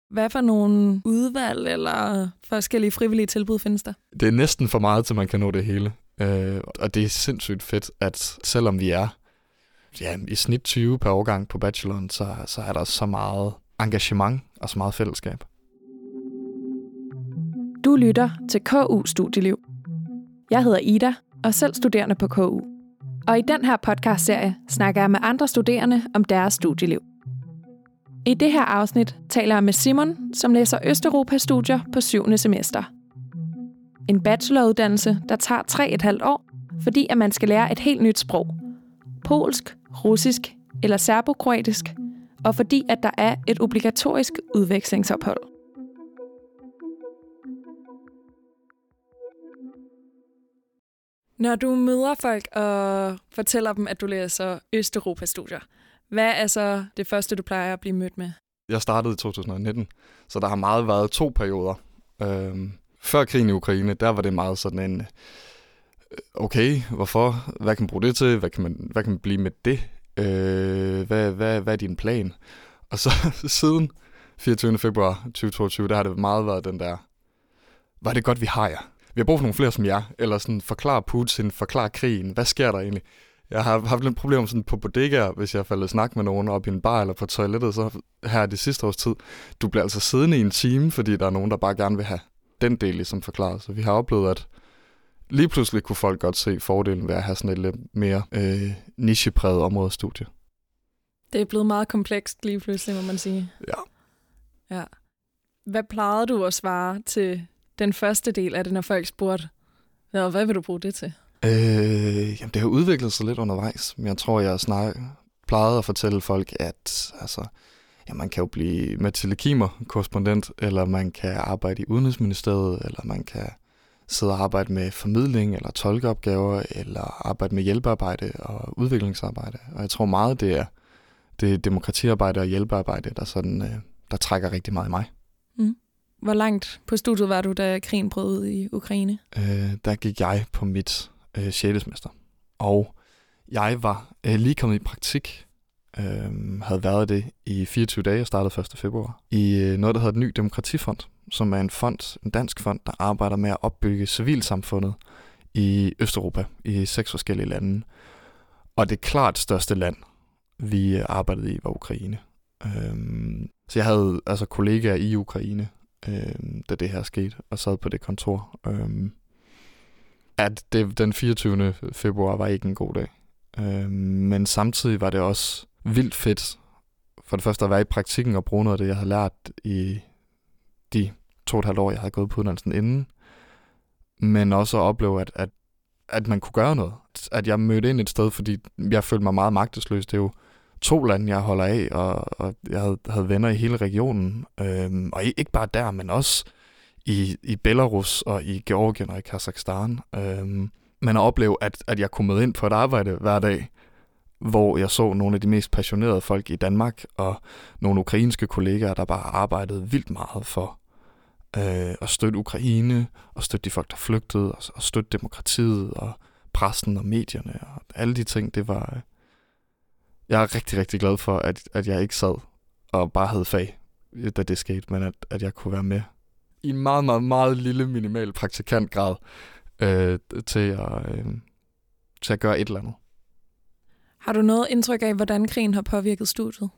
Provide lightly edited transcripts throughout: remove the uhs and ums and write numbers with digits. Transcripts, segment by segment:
Hvad for nogle udvalg eller forskellige frivillige tilbud findes der? Det er næsten for meget, til man kan nå det hele. Og det er sindssygt fedt, at selvom vi er i snit 20 per årgang på bacheloren, så er der så meget engagement og så meget fællesskab. Du lytter til KU Studieliv. Jeg hedder Ida og selv studerende på KU. Og i den her podcastserie snakker jeg med andre studerende om deres studieliv. I det her afsnit taler jeg med Simon, som læser Østeuropa-studier på 7. semester. En bacheloruddannelse, der tager 3,5 år, fordi at man skal lære et helt nyt sprog. Polsk, russisk eller serbokroatisk, og fordi at der er et obligatorisk udvekslingsophold. Når du møder folk og fortæller dem, at du læser Østeuropa-studier, hvad er så det første, du plejer at blive mødt med? Jeg startede i 2019, så der har meget været 2 perioder. Før krigen i Ukraine, der var det meget sådan en, okay, hvorfor? Hvad kan man bruge det til? Hvad kan man blive med det? Hvad er din plan? Og så siden 24. februar 2022, der har det meget været den der, var det godt, vi har jer? Vi har brug for nogle flere som jer, eller sådan forklare Putin, forklare krigen, hvad sker der egentlig? Jeg har haft lidt problemer sådan på bodegaer, hvis jeg falder i snak med nogen op i en bar eller på toilettet, så her det sidste års tid, du bliver altså siddende i en time, fordi der er nogen, der bare gerne vil have den del ligesom forklaret. Så vi har oplevet, at lige pludselig kunne folk godt se fordelen ved at have sådan et lidt mere nichepræget områdestudie. Det er blevet meget komplekst lige pludselig, må man sige. Ja. Hvad plejede du at svare til den første del af det, når folk spurgte, hvad vil du bruge det til? Jamen, det har udviklet sig lidt undervejs, men jeg tror, jeg plejede at fortælle folk, at man kan jo blive Mette-Kimer-korrespondent, eller man kan arbejde i Udenrigsministeriet, eller man kan sidde og arbejde med formidling eller tolkeopgaver, eller arbejde med hjælpearbejde og udviklingsarbejde. Og jeg tror meget, det er demokratiarbejde og hjælpearbejde, der trækker rigtig meget i mig. Mm. Hvor langt på studiet var du, da krigen brød ud i Ukraine? Der gik jeg på mit 6. semester. Og jeg var lige kommet i praktik, havde været det i 24 dage og startede 1. februar, i noget, der hedder Den Ny Demokratifond, som er en dansk fond, der arbejder med at opbygge civilsamfundet i Østeuropa, i 6 forskellige lande. Og det klart største land, vi arbejdede i, var Ukraine. Så jeg havde altså kollegaer i Ukraine, da det her skete, og sad på det kontor. At den 24. februar var ikke en god dag. Men samtidig var det også vildt fedt, for det første at være i praktikken og bruge noget af det, jeg havde lært i de 2,5 år, jeg havde gået på uddannelsen inden, men også at opleve, at man kunne gøre noget. At jeg mødte ind et sted, fordi jeg følte mig meget magtesløs. Det er jo 2 lande, jeg holder af, og jeg havde venner i hele regionen. Og ikke bare der, men også i Belarus og i Georgien og i Kazakhstan. Men at opleve, at jeg kunne møde ind på et arbejde hver dag, hvor jeg så nogle af de mest passionerede folk i Danmark, og nogle ukrainske kollegaer, der bare arbejdede vildt meget for at støtte Ukraine, og støtte de folk, der flygtede, og støtte demokratiet, og pressen og medierne, og alle de ting, det var... Jeg er rigtig, rigtig glad for, at jeg ikke sad og bare havde fag, da det skete, men at jeg kunne være med i en meget, meget, meget lille minimal praktikantgrad til at gøre et eller andet. Har du noget indtryk af, hvordan krigen har påvirket studiet?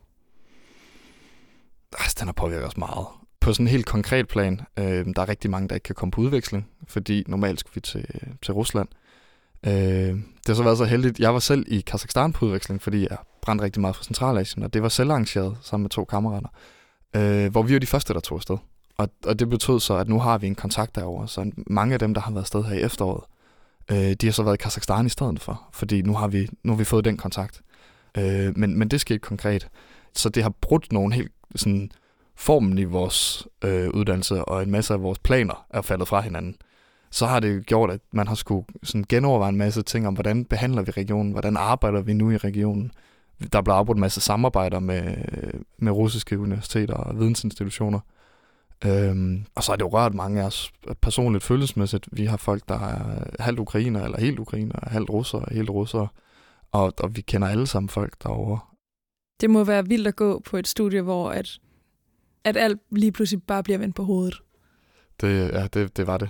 Den har påvirket os meget. På sådan en helt konkret plan, der er rigtig mange, der ikke kan komme på udveksling, fordi normalt skal vi til Rusland. Det har så været så heldigt. Jeg var selv i Kazakhstan på udveksling, fordi jeg brændte rigtig meget fra Centralasien, og det var selv arrangeret sammen med 2 kammerater, hvor vi var de første, der tog afsted. Og det betød så, at nu har vi en kontakt derovre, så mange af dem, der har været afsted her i efteråret, de har så været i Kazakhstan i stedet for, fordi nu har vi fået den kontakt. Men det skete konkret. Så det har brudt nogle helt sådan formen i vores uddannelse, og en masse af vores planer er faldet fra hinanden. Så har det gjort, at man har skulle sådan genoverveje en masse ting om, hvordan behandler vi regionen, hvordan arbejder vi nu i regionen. Der blev afbrudt en masse samarbejder med russiske universiteter og vidensinstitutioner. Og så har det jo rørt mange af os personligt følelsesmæssigt. Vi har folk, der er halvt ukrainer, eller helt ukrainer, halvt russere, helt russere. Og vi kender alle sammen folk derovre. Det må være vildt at gå på et studie, hvor at At alt lige pludselig bare bliver vendt på hovedet. Det var det.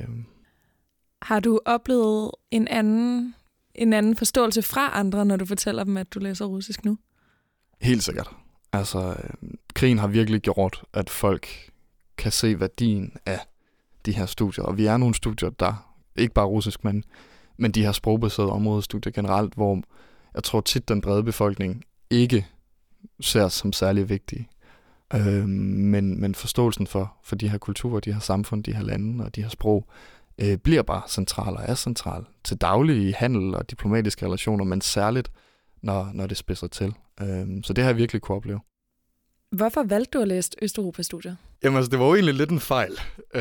Har du oplevet en anden forståelse fra andre, når du fortæller dem, at du læser russisk nu? Helt sikkert. Altså, krigen har virkelig gjort, at folk kan se værdien af de her studier. Og vi er nogle studier, der ikke bare russisk, men de her sprogbaserede områdestudier generelt, hvor jeg tror tit, den brede befolkning ikke ser som særlig vigtige. Men forståelsen for de her kulturer, de her samfund, de her lande og de her sprog, bliver bare central og er central til daglige handel og diplomatiske relationer, men særligt, når det spidser til. Så det har jeg virkelig kunne opleve. Hvorfor valgte du at læse Østeuropa-studier? Jamen altså, det var jo egentlig lidt en fejl.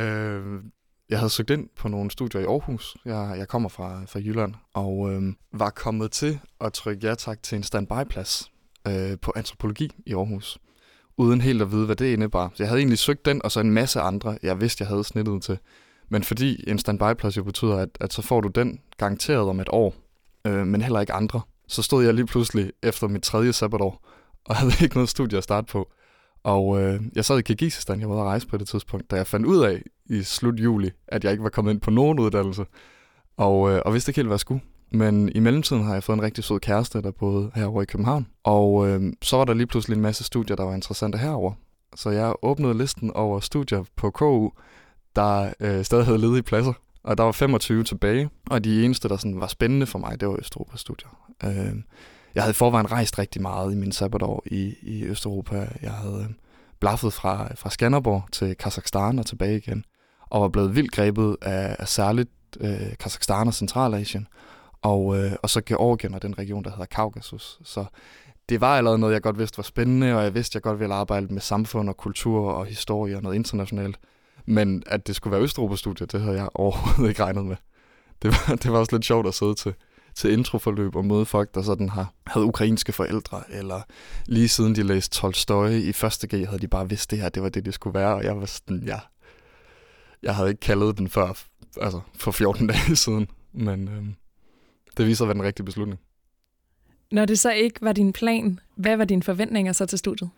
Jeg havde søgt ind på nogle studier i Aarhus. Jeg kommer fra Jylland, og var kommet til at trykke ja tak til en standby-plads på antropologi i Aarhus, uden helt at vide, hvad det indebar. Jeg havde egentlig søgt den, og så en masse andre, jeg vidste, jeg havde snittet til. Men fordi en standby-plads jo betyder, at så får du den garanteret om et år, men heller ikke andre, så stod jeg lige pludselig efter mit 3. sabbatår, og havde ikke noget studie at starte på. Og jeg sad i Kirgisistan, jeg var ude at rejse på det tidspunkt, da jeg fandt ud af i slut juli, at jeg ikke var kommet ind på nogen uddannelse, og vidste ikke helt, hvad jeg skulle. Men i mellemtiden har jeg fået en rigtig sød kæreste, der boede herovre i København, og så var der lige pludselig en masse studier, der var interessante herover. Så jeg åbnede listen over studier på KU, der stadig havde ledige pladser, og der var 25 tilbage, og de eneste, der sådan var spændende for mig, det var Østeuropa-studier. Jeg havde i forvejen rejst rigtig meget i min sabbatår i Østeuropa. Jeg havde blaffet fra Skanderborg til Kazakhstan og tilbage igen, og var blevet vildt grebet af særligt Kazakhstan og Centralasien, og så Georgien og den region, der hedder Kaukasus. Så det var allerede noget, jeg godt vidste var spændende, og jeg vidste, jeg godt ville arbejde med samfund og kultur og historie og noget internationalt. Men at det skulle være Østeuropa-studier, det havde jeg overhovedet ikke regnet med. Det var også lidt sjovt at sidde til introforløb og møde folk, der sådan havde ukrainske forældre, eller lige siden de læste Tolstoy i 1. G, havde de bare vidst det her, det var det skulle være, og jeg var sådan, jeg havde ikke kaldet den før, altså for 14 dage siden, men det viser at være den rigtige beslutning. Når det så ikke var din plan, hvad var dine forventninger så til studiet?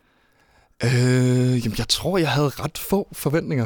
Jamen, jeg tror, jeg havde ret få forventninger.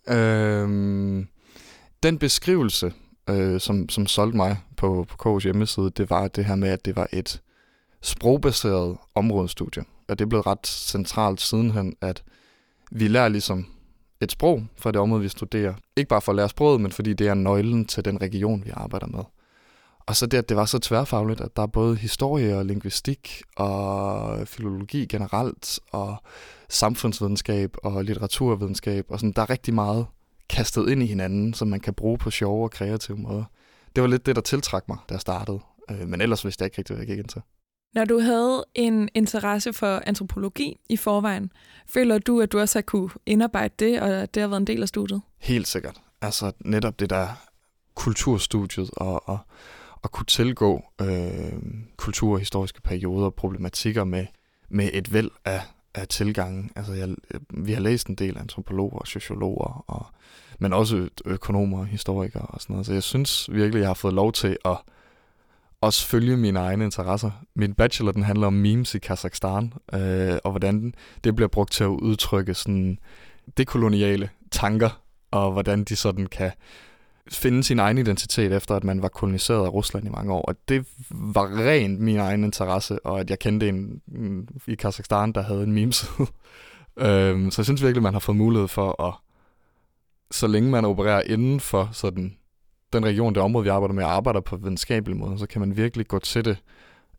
Den beskrivelse, som solgte mig på KU's hjemmeside, det var det her med, at det var et sprogbaseret områdestudie. Og det er blevet ret centralt sidenhen, at vi lærer ligesom et sprog fra det område, vi studerer. Ikke bare for at lære sproget, men fordi det er nøglen til den region, vi arbejder med. Og så det, at det var så tværfagligt, at der er både historie og lingvistik og filologi generelt, og samfundsvidenskab og litteraturvidenskab, og sådan, der er rigtig meget kastet ind i hinanden, som man kan bruge på sjove og kreative måder. Det var lidt det, der tiltrak mig, da jeg startede. Men ellers vidste jeg ikke rigtig, hvad jeg gik ind til. Når du havde en interesse for antropologi i forvejen, føler du, at du også har kunne indarbejde det, og at det har været en del af studiet? Helt sikkert. Altså netop det der kulturstudiet og kunne tilgå kultur- og historiske perioder og problematikker med et væld af tilgange. Altså vi har læst en del antropologer og sociologer, men også økonomer og historikere og sådan noget. Så jeg synes virkelig, jeg har fået lov til at også følge mine egne interesser. Min bachelor, den handler om memes i Kazakhstan, og hvordan det bliver brugt til at udtrykke sådan dekoloniale tanker, og hvordan de sådan kan finde sin egen identitet, efter at man var koloniseret af Rusland i mange år. Og det var rent min egen interesse, og at jeg kendte en i Kazakhstan, der havde en memeside. Så jeg synes virkelig, man har fået mulighed for at, så længe man opererer inden for sådan den region, det område, vi arbejder med, og arbejder på videnskabelig måde, så kan man virkelig gå til det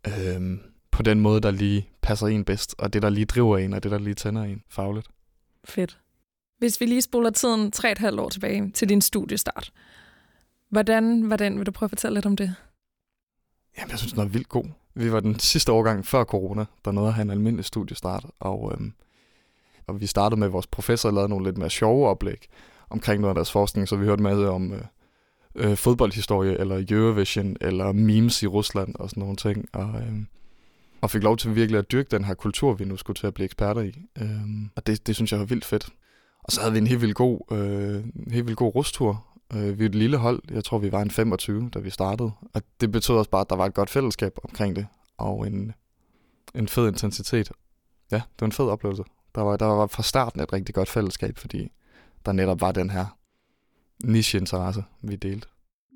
på den måde, der lige passer en bedst, og det, der lige driver en, og det, der lige tænder en fagligt. Fedt. Hvis vi lige spoler tiden 3,5 år tilbage til din studiestart, hvordan var den? Vil du prøve at fortælle lidt om det? Jamen, jeg synes, den var vildt god. Vi var den sidste årgang før corona, der nåede at have en almindelig studiestart, og vi startede med vores professor, lavede nogle lidt mere sjove oplæg omkring noget af deres forskning, så vi hørte meget om fodboldhistorie, eller Eurovision, eller memes i Rusland og sådan nogle ting, og fik lov til virkelig at dyrke den her kultur, vi nu skulle til at blive eksperter i. Og det synes jeg var vildt fedt. Og så havde vi en helt vildt god rustur. Vi er et lille hold. Jeg tror, vi var en 25, da vi startede. Og det betød også bare, at der var et godt fællesskab omkring det, og en fed intensitet. Ja, det var en fed oplevelse. Der var fra starten et rigtig godt fællesskab, fordi der netop var den her niche-interesse, vi delte.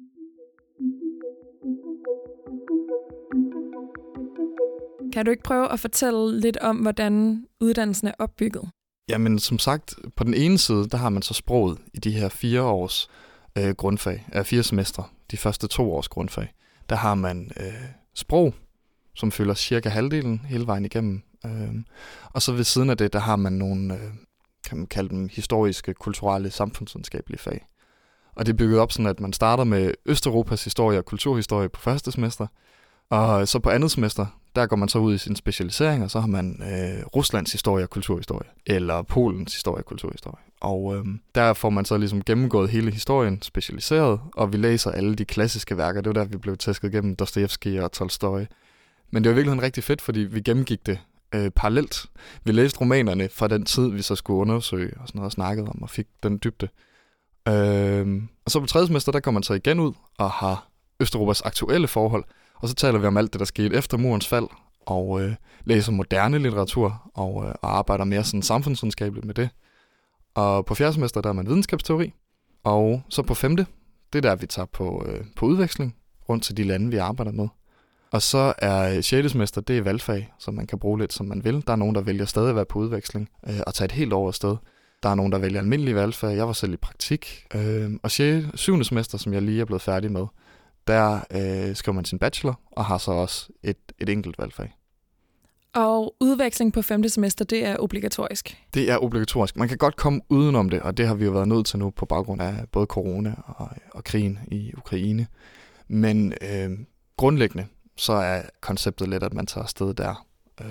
Kan du ikke prøve at fortælle lidt om, hvordan uddannelsen er opbygget? Jamen, som sagt, på den ene side, der har man så sproget i de her 4 års grundfag, 4 semestre, de første 2 års grundfag. Der har man sprog, som fylder cirka halvdelen hele vejen igennem. Og så ved siden af det, der har man nogle, kan man kalde dem, historiske, kulturelle, samfundsvidenskabelige fag. Og det er bygget op sådan, at man starter med Østeuropas historie og kulturhistorie på første semester, og så på andet semester, der går man så ud i sin specialisering, og så har man Ruslands historie og kulturhistorie, eller Polens historie og kulturhistorie. Og der får man så ligesom gennemgået hele historien, specialiseret, og vi læser alle de klassiske værker. Det var der, vi blev tæsket igennem Dostojevskij og Tolstoj. Men det var virkelig rigtig fedt, fordi vi gennemgik det parallelt. Vi læste romanerne fra den tid, vi så skulle undersøge og sådan noget, og snakkede om, og fik den dybde. Og så på tredje semester, der kommer man så igen ud og har Østeuropas aktuelle forhold, og så taler vi om alt det, der skete efter murens fald, og læser moderne litteratur, og arbejder mere sådan samfundsvidenskabeligt med det. Og på fjerde semester, der er man videnskabsteori, og så på femte, det er der, vi tager på udveksling rundt til de lande, vi arbejder med. Og så er 6. semester, det er valgfag, som man kan bruge lidt, som man vil. Der er nogen, der vælger stadig at være på udveksling og tage et helt år afsted. Der er nogen, der vælger almindelige valgfag. Jeg var selv i praktik. Og 7. semester, som jeg lige er blevet færdig med, der skriver man sin bachelor og har så også et enkelt valgfag. Og udveksling på 5. semester, det er obligatorisk? Det er obligatorisk. Man kan godt komme udenom det, og det har vi jo været nødt til nu på baggrund af både corona og krigen i Ukraine. Men grundlæggende, så er konceptet lidt, at man tager afsted der.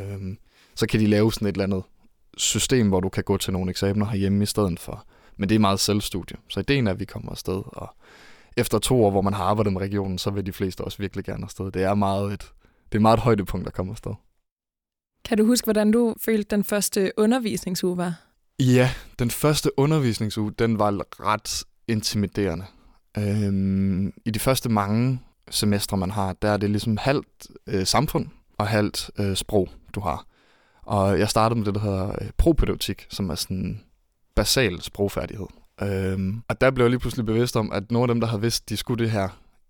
Så kan de lave sådan et eller andet system, hvor du kan gå til nogle eksamener herhjemme i stedet for. Men det er meget selvstudie. Så ideen er, at vi kommer afsted, og efter 2 år, hvor man har arbejdet med regionen, så vil de fleste også virkelig gerne afsted. Det er meget et højdepunkt, der kommer afsted. Kan du huske, hvordan du følte den første undervisningsuge var? Ja, den første undervisningsuge, den var ret intimiderende. I de første mange semestre, man har, der er det ligesom halvt samfund og halvt sprog, du har. Og jeg startede med det, der hedder propædeutik, som er sådan en basal sprogfærdighed. Og der blev jeg lige pludselig bevidst om, at nogle af dem, der havde vidst, de skulle det her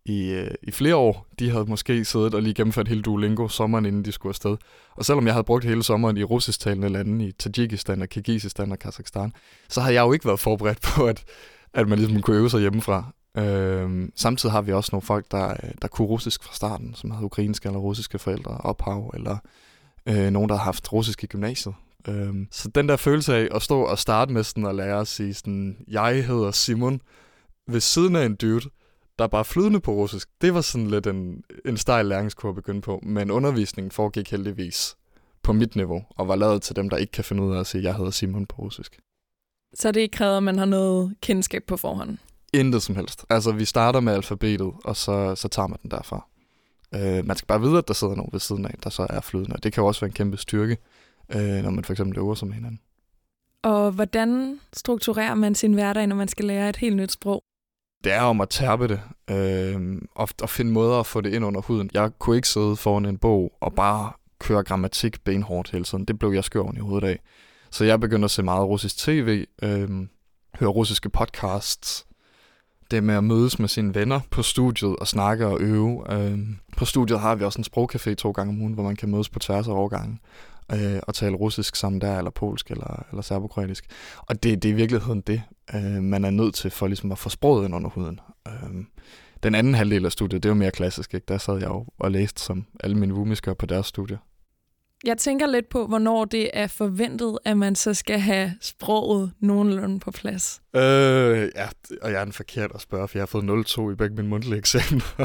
i flere år, de havde måske siddet og lige gennemført hele Duolingo sommeren, inden de skulle afsted. Og selvom jeg havde brugt hele sommeren i russisktalende lande, i Tajikistan og Kirgisistan og Kazakhstan, så havde jeg jo ikke været forberedt på, at man ligesom kunne øve sig hjemmefra. Samtidig har vi også nogle folk, der kunne russisk fra starten, som havde ukrainske eller russiske forældre, ophav, eller nogen, der har haft russisk i gymnasiet. Så den der følelse af at stå og starte med sådan at lære at sige sådan, jeg hedder Simon, ved siden af en dude, der er bare flydende på russisk, det var sådan lidt en stejl læringskurve at begynde på, men undervisningen foregik heldigvis på mit niveau, og var lavet til dem, der ikke kan finde ud af at sige, jeg hedder Simon på russisk. Så det ikke kræver, at man har noget kendskab på forhånd? Intet som helst. Altså, vi starter med alfabetet, og så tager man den derfra. Man skal bare vide, at der sidder nogen ved siden af, der så er flydende, og det kan jo også være en kæmpe styrke, når man for eksempel øver sig med hinanden. Og hvordan strukturerer man sin hverdag, når man skal lære et helt nyt sprog? Det er om at tærpe det, og finde måder at få det ind under huden. Jeg kunne ikke sidde foran en bog og bare køre grammatik benhårdt hele tiden. Det blev jeg skøven i hovedet af. Så jeg begyndte at se meget russisk tv, høre russiske podcasts. Det med at mødes med sine venner på studiet og snakke og øve. På studiet har vi også en sprogcafé 2 gange om ugen, hvor man kan mødes på tværs af årgangen og tale russisk sammen der, eller polsk, eller serbokroatisk. Og det er i virkeligheden det, man er nødt til for ligesom at få sproget ind under huden. Den anden halvdel af studiet, det er jo mere klassisk, ikke? Der sad jeg jo og læste, som alle mine roomies gør på deres studier. Jeg tænker lidt på, hvornår det er forventet, at man så skal have sproget nogenlunde på plads. Ja, og jeg er den forkert at spørge, for jeg har fået 0,2 i begge mine mundtlige eksamener.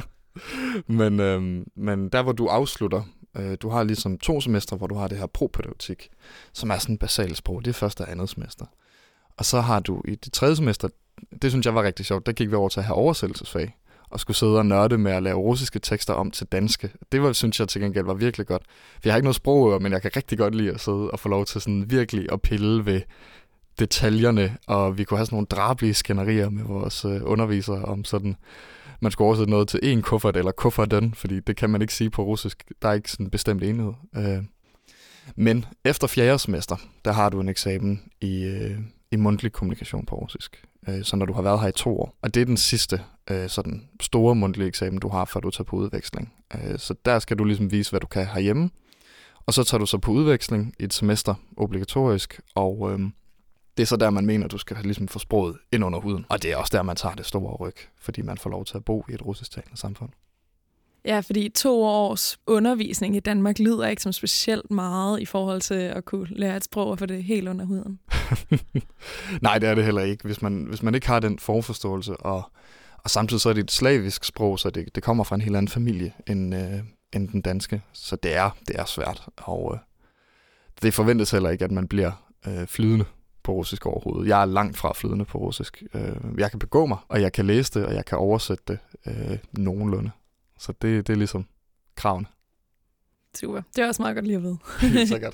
men der, hvor du afslutter, du har ligesom 2 semestre, hvor du har det her propædeutik, som er sådan en basal sprog. Det er første og andet semester. Og så har du i det 3. semester, det synes jeg var rigtig sjovt, der gik vi over til at have oversættelsesfag, og skulle sidde og nørde med at lave russiske tekster om til danske. Det synes jeg til gengæld var virkelig godt. For jeg har ikke noget sprogøver, men jeg kan rigtig godt lide at sidde og få lov til sådan virkelig at pille ved detaljerne, og vi kunne have sådan nogle drabelige skænderier med vores undervisere om sådan, man skulle oversætte noget til en kuffert eller kufferten, fordi det kan man ikke sige på russisk. Der er ikke sådan en bestemt enhed. Men efter 4. semester, der har du en eksamen i mundtlig kommunikation på russisk. Så når du har været her i 2 år. Og det er den sidste sådan store mundtlige eksamen, du har, før du tager på udveksling. Så der skal du ligesom vise, hvad du kan herhjemme. Og så tager du så på udveksling i et semester obligatorisk, og det er så der, man mener, du skal ligesom få sproget ind under huden. Og det er også der, man tager det store ryg, fordi man får lov til at bo i et russisktalende samfund. Ja, fordi 2 års undervisning i Danmark lyder ikke som specielt meget i forhold til at kunne lære et sprog og få det helt under huden. Nej, det er det heller ikke. Hvis man ikke har den forforståelse, og samtidig så er det et slavisk sprog, så det kommer fra en helt anden familie end den danske. Så det er svært, og det forventes heller ikke, at man bliver flydende på russisk overhovedet. Jeg er langt fra flydende på russisk. Jeg kan begå mig, og jeg kan læse det, og jeg kan oversætte det nogenlunde. Så det er ligesom kravene. Super. Det er også meget godt lige at vide. Helt sikkert.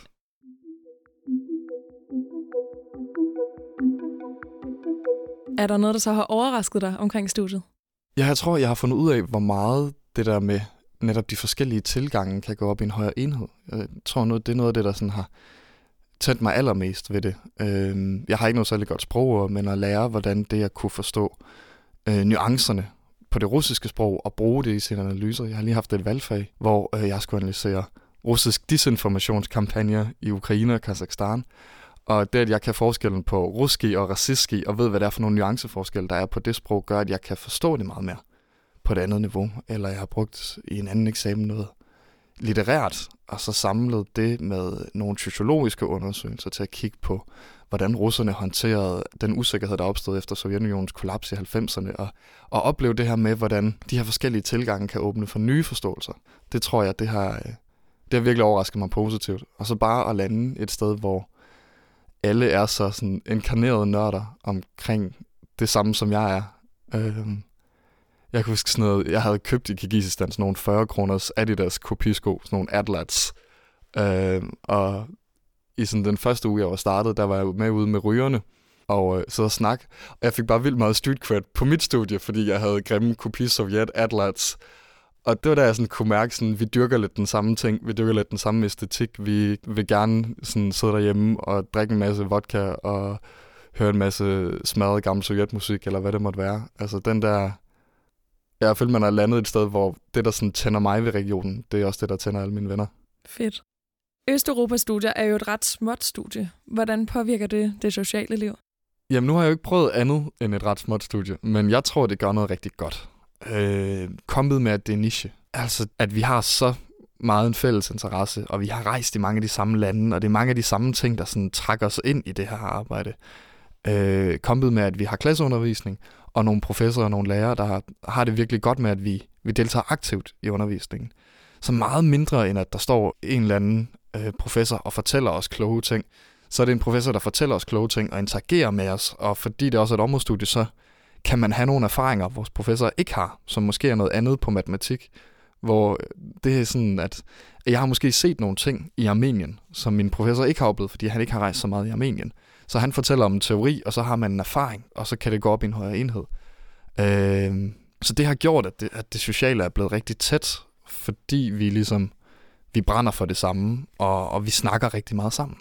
Er der noget, der så har overrasket dig omkring studiet? Ja, jeg tror, jeg har fundet ud af, hvor meget det der med netop de forskellige tilgange kan gå op i en højere enhed. Jeg tror, det er noget af det, der sådan har tændt mig allermest ved det. Jeg har ikke noget særlig godt sprog, men at lære, hvordan det at kunne forstå nuancerne på det russiske sprog og bruge det i sine analyser. Jeg har lige haft et valgfag, hvor jeg skulle analysere russisk disinformationskampagner i Ukraine og Kazakhstan. Og det, at jeg kan forskellen på ruski og raciski, og ved, hvad det er for nogle nuanceforskelle, der er på det sprog, gør, at jeg kan forstå det meget mere på et andet niveau. Eller jeg har brugt i en anden eksamen noget litterært, og så samlet det med nogle sociologiske undersøgelser til at kigge på, hvordan russerne håndterede den usikkerhed, der opstod efter Sovjetunionens kollaps i 90'erne, og opleve det her med, hvordan de her forskellige tilgange kan åbne for nye forståelser. Det tror jeg, det har virkelig overrasket mig positivt. Og så bare at lande et sted, hvor alle er så sådan inkarnerede nørder omkring det samme, som jeg er. Jeg kan huske sådan noget, jeg havde købt i Kirgisistan sådan nogle 40 kroners Adidas kopisko, sådan nogle Adlats. Og i sådan den første uge, jeg var startet, der var jeg med ude med rygerne og så at snakke. Og jeg fik bare vildt meget street cred på mit studie, fordi jeg havde grimme kopi-Sovjet Adlats. Og det var da jeg sådan kunne mærke, sådan, vi dyrker lidt den samme ting, vi dyrker lidt den samme æstetik. Vi vil gerne sådan sidde derhjemme og drikke en masse vodka og høre en masse smadret gammel sovjetmusik, eller hvad det måtte være. Altså den der... Jeg føler, man er landet et sted, hvor det, der sådan tænder mig ved regionen, det er også det, der tænder alle mine venner. Fedt. Østeuropa-studier er jo et ret småt studie. Hvordan påvirker det sociale liv? Jamen, nu har jeg jo ikke prøvet andet end et ret småt studie, men jeg tror, det gør noget rigtig godt. Kommet med, at det er niche. Altså, at vi har så meget en fælles interesse, og vi har rejst i mange af de samme lande, og det er mange af de samme ting, der sådan trækker os ind i det her arbejde. Kommet med, at vi har klasseundervisning, og nogle professorer og nogle lærere, der har det virkelig godt med, at vi deltager aktivt i undervisningen. Så meget mindre end at der står en eller anden professor og fortæller os kloge ting, så er det en professor, der fortæller os kloge ting og interagerer med os, og fordi det også er et områdestudie, så kan man have nogle erfaringer, vores professorer ikke har, som måske er noget andet på matematik, hvor det er sådan, at jeg har måske set nogle ting i Armenien, som min professor ikke har oplevet, fordi han ikke har rejst så meget i Armenien. Så han fortæller om en teori, og så har man en erfaring, og så kan det gå op i en højere enhed. Så det har gjort, at det sociale er blevet rigtig tæt, fordi vi brænder for det samme, og vi snakker rigtig meget sammen.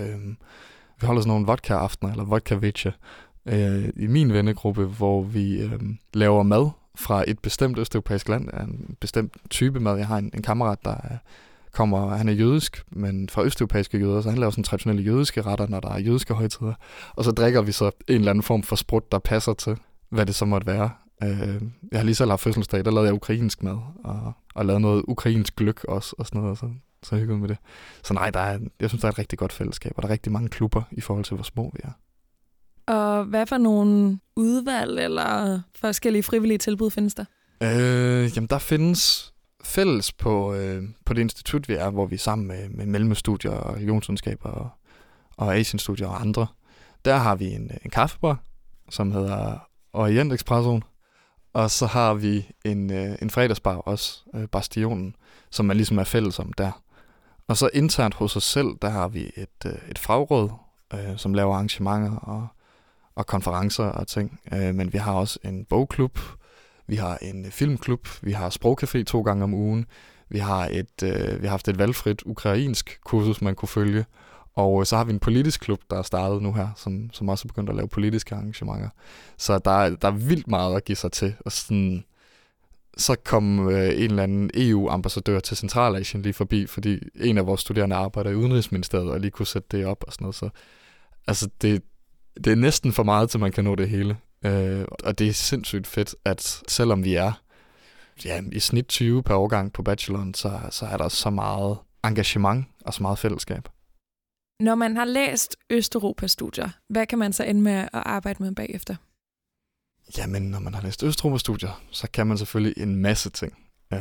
Vi holder sådan nogle vodka-aftener, eller vodka-vitcher, i min vennegruppe, hvor vi laver mad fra et bestemt østeuropæisk land, en bestemt type mad. Jeg har en kammerat, der han er jødisk, men fra østeuropæiske jøder, så han laver sådan traditionelle jødiske retter, når der er jødiske højtider. Og så drikker vi så en eller anden form for sprut, der passer til, hvad det så måtte være. Jeg har lige selv haft fødselsdag, der lavede jeg ukrainsk mad, og lavede noget ukrainsk gløgg også, og sådan noget, så hyggede med det. Så nej, jeg synes, der er et rigtig godt fællesskab, og der er rigtig mange klubber i forhold til, hvor små vi er. Og hvad for nogle udvalg eller forskellige frivillige tilbud findes der? Jamen, der findes fælles på det institut, vi er, hvor vi er sammen med mellemstudier og religionsvidenskaber og Asienstudier og andre. Der har vi en kaffebar, som hedder Orient Expressoen, og så har vi en fredagsbar også, Bastionen, som man ligesom er fælles om der. Og så internt hos os selv, der har vi et fagråd, som laver arrangementer og konferencer og ting. Men vi har også en bogklub, vi har en filmklub, vi har sprogcafé 2 gange om ugen, Vi har haft et valgfrit ukrainsk kursus, man kunne følge. Og så har vi en politisk klub, der er startet nu her, som også er begyndt at lave politiske arrangementer. Så der er vildt meget at give sig til. Og sådan, så kom en eller anden EU-ambassadør til Centralasien lige forbi, fordi en af vores studerende arbejder i Udenrigsministeriet, og lige kunne sætte det op og sådan noget. Så altså, det er næsten for meget, til man kan nå det hele. Og det er sindssygt fedt, at selvom vi er i snit 20 per årgang på bacheloren, så er der så meget engagement og så meget fællesskab. Når man har læst Østeuropa-studier, hvad kan man så ende med at arbejde med bagefter? Jamen, når man har læst Østeuropa-studier, så kan man selvfølgelig en masse ting.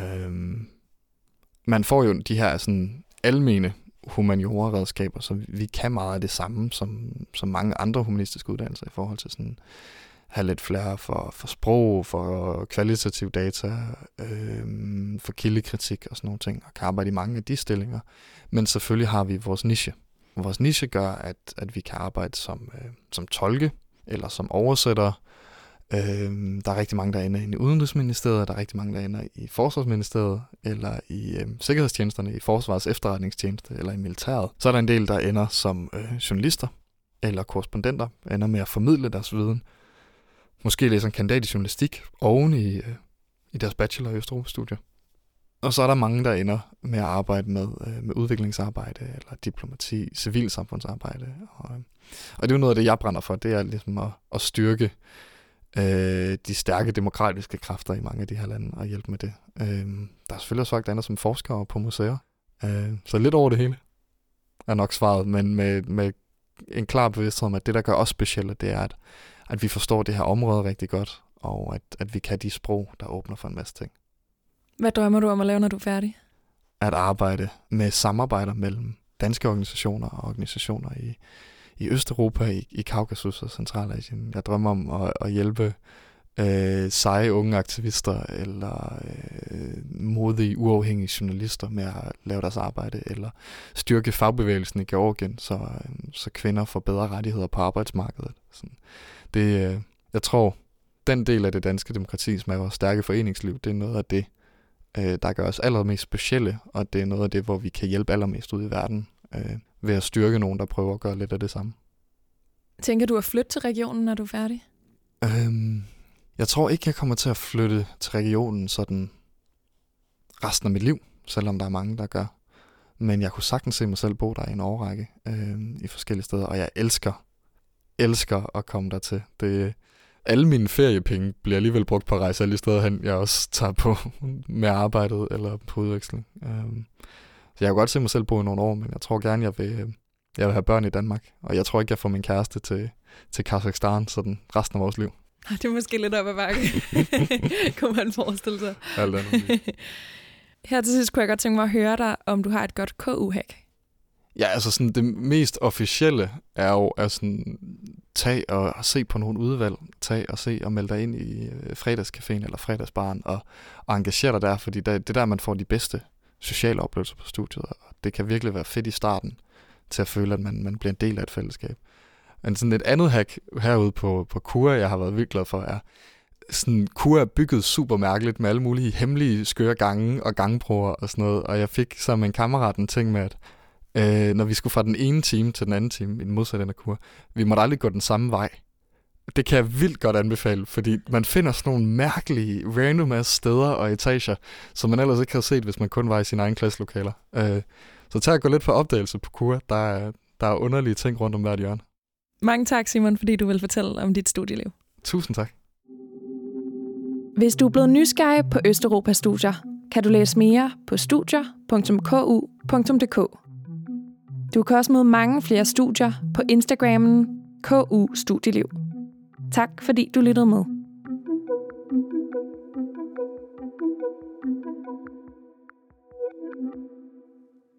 Man får jo de her sådan almene humaniora-redskaber, så vi kan meget af det samme som mange andre humanistiske uddannelser i forhold til sådan have lidt flere for sprog, for kvalitativ data, for kildekritik og sådan nogle ting, og kan arbejde i mange af de stillinger. Men selvfølgelig har vi vores niche. Vores niche gør, at vi kan arbejde som tolke eller som oversætter. Der er rigtig mange, der ender i Udenrigsministeriet, der er rigtig mange, der ender i Forsvarsministeriet, eller i sikkerhedstjenesterne, i Forsvars efterretningstjeneste, eller i militæret. Så er der en del, der ender som journalister eller korrespondenter, ender med at formidle deres viden. Måske læser en kandidat i journalistik oven i deres bachelor i Østeuropa-studier. Og så er der mange, der ender med at arbejde med udviklingsarbejde, eller diplomati, civilsamfundsarbejde. Og det er jo noget af det, jeg brænder for, det er ligesom at styrke de stærke demokratiske kræfter i mange af de her lande og hjælpe med det. Der er selvfølgelig også folk, der ender som forskere på museer. Så lidt over det hele er nok svaret, men med en klar bevidsthed om, at det, der gør os specielle, det er, at vi forstår det her område rigtig godt, og at vi kan de sprog, der åbner for en masse ting. Hvad drømmer du om at lave, når du er færdig? At arbejde med samarbejder mellem danske organisationer og organisationer i Østeuropa, i Kaukasus og Centralasien. Jeg drømmer om at hjælpe seje unge aktivister eller modige, uafhængige journalister med at lave deres arbejde, eller styrke fagbevægelsen i Georgien, så kvinder får bedre rettigheder på arbejdsmarkedet. Sådan. Jeg tror, den del af det danske demokrati, som er vores stærke foreningsliv, det er noget af det, der gør os allermest specielle, og det er noget af det, hvor vi kan hjælpe allermest ud i verden ved at styrke nogen, der prøver at gøre lidt af det samme. Tænker du at flytte til regionen, når du er færdig? Jeg tror ikke, jeg kommer til at flytte til regionen sådan resten af mit liv, selvom der er mange, der gør. Men jeg kunne sagtens se mig selv bo der i en årrække i forskellige steder, og jeg elsker at komme dertil. Alle mine feriepenge bliver alligevel brugt på at rejse alle steder hen, jeg også tager på med arbejdet eller på udveksling. Så jeg kan godt se mig selv bo i nogle år, men jeg tror gerne, jeg vil have børn i Danmark. Og jeg tror ikke, jeg får min kæreste til Kazakhstan sådan resten af vores liv. Det er måske lidt op ad bakke. Kunne man forestille sig. Alt andet. Her til sidst kunne jeg godt tænke mig at høre dig, om du har et godt KU-hack. Ja, altså sådan det mest officielle er jo at sådan tage og se på nogle udvalg, tage og se og melde dig ind i fredagscaféen eller fredagsbaren og engagere dig der, fordi det er der, man får de bedste sociale oplevelser på studiet, og det kan virkelig være fedt i starten til at føle, at man bliver en del af et fællesskab. Men sådan et andet hack herude på KUA, jeg har været vildt glad for, er sådan, KUA er bygget super mærkeligt med alle mulige hemmelige skøre gange og gangbroer og sådan noget, og jeg fik sammen med en kammerat en ting med, at når vi skulle fra den ene time til den anden time i den modsatte ende af KUA, vi måtte aldrig gå den samme vej. Det kan jeg vildt godt anbefale, fordi man finder sådan nogle mærkelige, random ass steder og etager, som man ellers ikke havde set, hvis man kun var i sine egne klasselokaler. Så tag og gå lidt på opdagelse på KUA. Der er underlige ting rundt om hvert hjørne. Mange tak, Simon, fordi du vil fortælle om dit studieliv. Tusind tak. Hvis du er blevet nysgerrig på Østeuropa-studier, kan du læse mere på studier.ku.dk. Du kan også møde mange flere studier på Instagrammen KU Studieliv. Tak fordi du lyttede med.